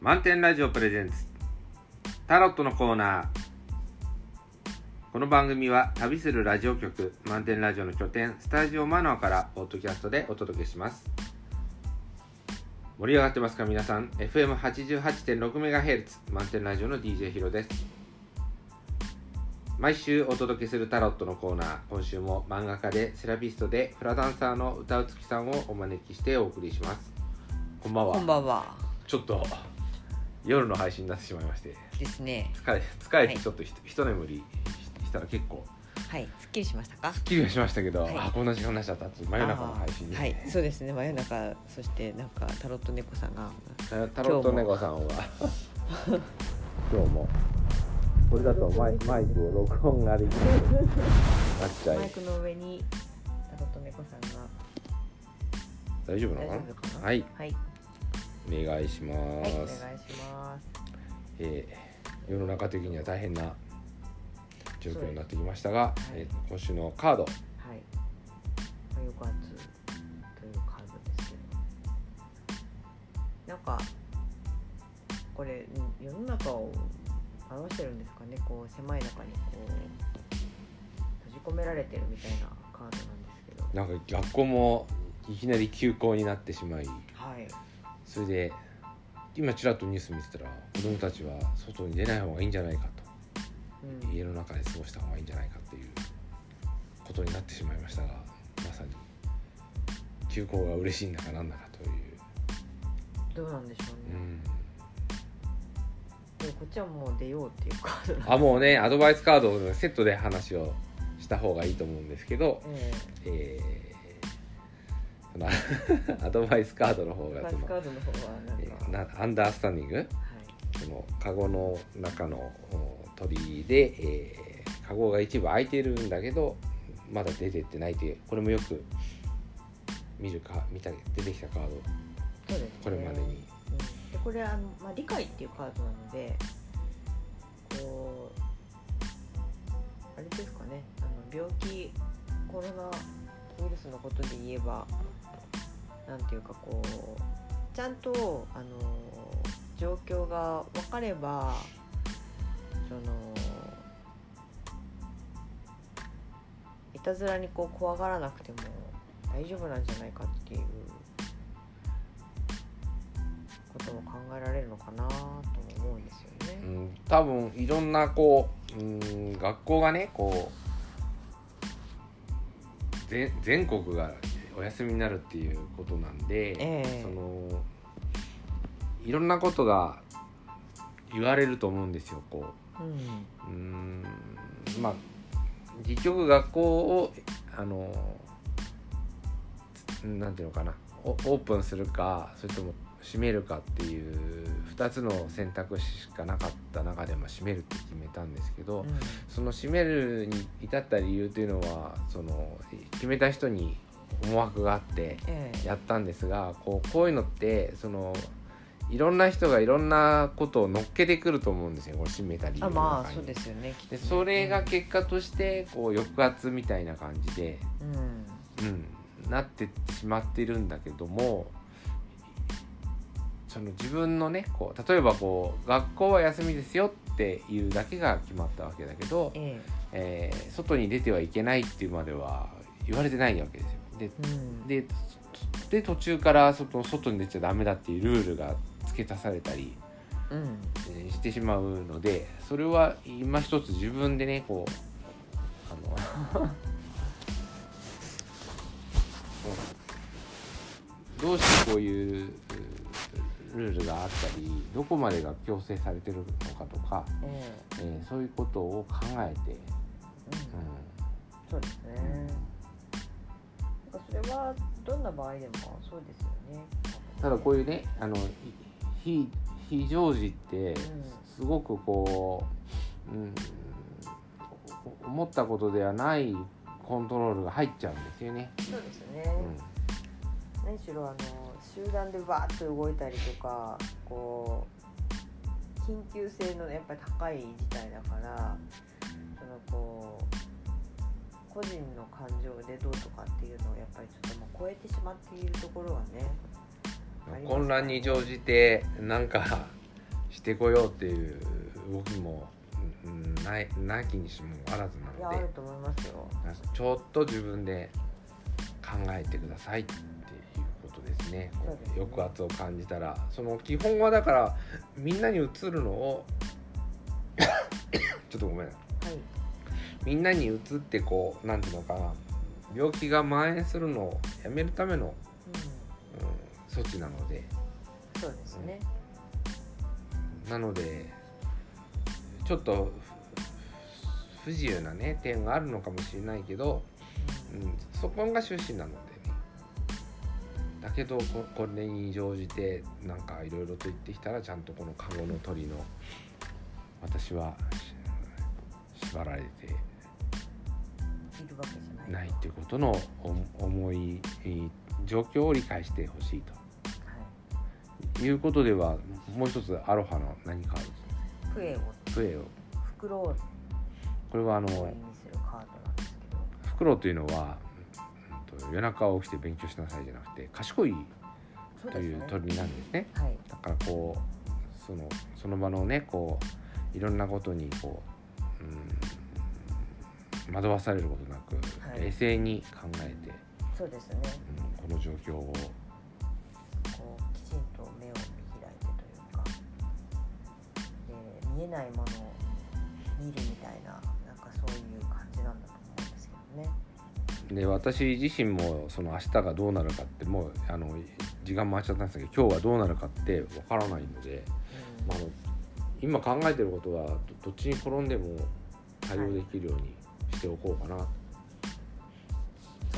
満点ラジオプレゼンツタロットのコーナー。この番組は旅するラジオ局満点ラジオの拠点スタジオマノアからポッドキャストでお届けします。盛り上がってますか皆さん。 FM88.6MHz 満点ラジオの DJ ヒロです。毎週お届けするタロットのコーナー、今週も漫画家でセラピストでフラダンサーの歌うつきさんをお招きしてお送りします。こんばんは。 こんばんは。 ちょっと夜の配信になってしまいましてですね。 疲れてちょっと一眠りしたら結構はいすっきりしましたか？ すっきりはしましたけど、 はい、 こんな時間になっちゃったって真夜中の配信で、 はい、そうですね。真夜中、そしてなんかタロット猫さんがタロット猫さんは今日もこれだとマイクを録音ができなくなっちゃい、 マイクの上にタロット猫さんが大丈夫なのかな。はい、 はい、 お願いします。 はい、お願いします。 世の中的には大変な状況になってきましたが、今週のカード、 はい、ヨガツというカードですけど、なんかこれ世の中を表してるんですかね。こう狭い中にこう閉じ込められてるみたいなカードなんですけど、 なんか学校もいきなり休校になってしまい、 はい、 それで今ちらっとニュース見てたら子どもたちは外に出ない方がいいんじゃないかと、家の中で過ごした方がいいんじゃないかっていうことになってしまいましたが、まさに休校が嬉しいんだかなんだかという。 どうなんでしょうね、でもこっちはもう出ようっていうカードなんでもうねアドバイスカードをセットで話をした方がいいと思うんですけど、アドバイスカードの方がそのアンダースタンディング、そのカゴの中の鳥で、カゴが一部開いているんだけどまだ出てってないという、これもよく出てきたカード。 そうですね、 これまでに、 でこれ理解っていうカードなので、こうあれですかね、病気コロナウイルスのことで言えばなんていうかこうちゃんと状況が分かればいたずらにこう怖がらなくても大丈夫なんじゃないかっていうことも考えられるのかなと思うんですよね。 多分いろんなこう学校がねこう全国がお休みになるっていうことなんで、そのいろんなことが言われると思うんですよ。こう、結局学校をなんていうのかな、オープンするかそれとも閉めるかっていう2つの選択肢しかなかった中で閉めるって決めたんですけど、その閉めるに至った理由というのはその決めた人に思惑があってやったんですが、こういうのってそのいろんな人がいろんなことを乗っけてくると思うんですよ。これ閉めた理由の中に。 そうですよね。 でそれが結果としてこう抑圧みたいな感じで、なってしまっているんだけども、その自分のねこう例えばこう学校は休みですよっていうだけが決まったわけだけど、外に出てはいけないっていうまでは言われてないわけですよ。で途中から外に出ちゃダメだっていうルールが付け足されたり、してしまうので、それは今一つ自分でねこうどうしてこういうルールがあったりどこまでが強制されてるのかとか、そういうことを考えて、 そうですね。それはどんな場合でもそうですよね。 ただこういうね非常時ってすごくこう、思ったことではないコントロールが入っちゃうんですよね。 そうですね、何しろ集団でバーッと動いたりとかこう緊急性のやっぱり高い事態だからこう個人の感情でどうとかっていうのをやっぱりちょっともう超えてしまっているところはね、 混乱に乗じてなんかしてこようっていう動きも、なきにしもあらずなので、 いやあると思いますよ。 ちょっと自分で考えてくださいっていうことですね。 そうですね。 抑圧を感じたら、その基本はだからみんなにうつるのをちょっとごめん、 はい、 みんなにうつってこうなんていうのかな、病気が蔓延するのをやめるための、措置なので、 そうですね、 なのでちょっと不自由なね点があるのかもしれないけど、そこが趣旨なのでね。だけどこれに乗じてなんかいろいろと言ってきたら、ちゃんとこのカゴの鳥の私は縛られているわけじゃないっていうことの重い状況を理解してほしいということでは、もう一つアロハの何かあるんですか。 プエを袋をこれは意味するカードなんですけど、 袋というのは夜中起きて勉強しなさいじゃなくて、賢いという鳥なんですね。 はい、 だからこうその場のねこういろんなことにこう、惑わされることなく、冷静に考えて、 そうですね、 この状況をこうきちんと目を見開いてというか、で見えないものを見るみたいな、なんかそういう感じなんだと思うんですけどね。 で私自身もその明日がどうなるかって、もう時間回っちゃったんですけど、今日はどうなるかってわからないので、今考えてることはどっちに転んでも対応できるようにしておこうかな、 そうです、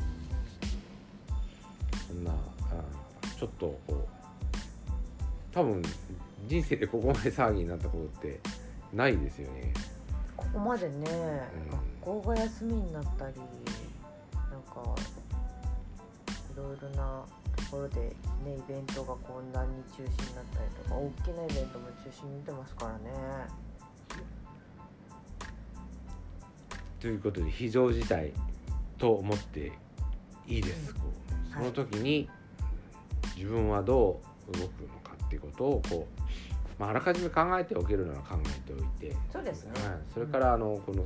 そんなちょっとこう多分人生でここまで騒ぎになったことってないですよね。 ここまでね、学校が休みになったり、なんかいろいろなところでね、イベントがこんなに中止になったりとか、大きなイベントも中止になってますからね。 ということで非常事態と思っていいです、その時に自分はどう動くのかっていうことをこう、あらかじめ考えておけるなら考えておいて、 そうですね、 それからこの、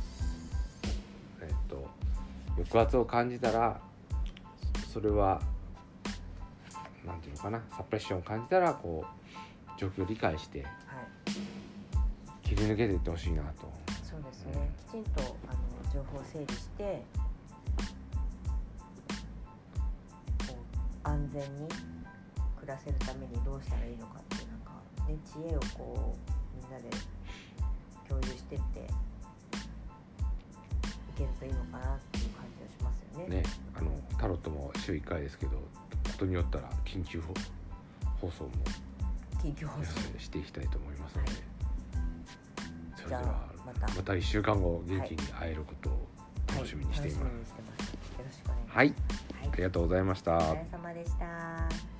抑圧を感じたら、それはなんていうのかな、サプレッションを感じたらこう状況を理解して切り抜けていってほしいなと。 そうですね、きちんと情報を整理して、こう安全に暮らせるためにどうしたらいいのかっていう、なんかね、知恵をこうみんなで共有してっていけるといいのかなっていう感じがしますよね。 タロットも週1回ですけど、ことによったら緊急放送もしていきたいと思いますので、それではまた1週間後元気に会えることを楽しみにしています。 よろしくお願いします。 はい、ありがとうございました。 お疲れ様でした。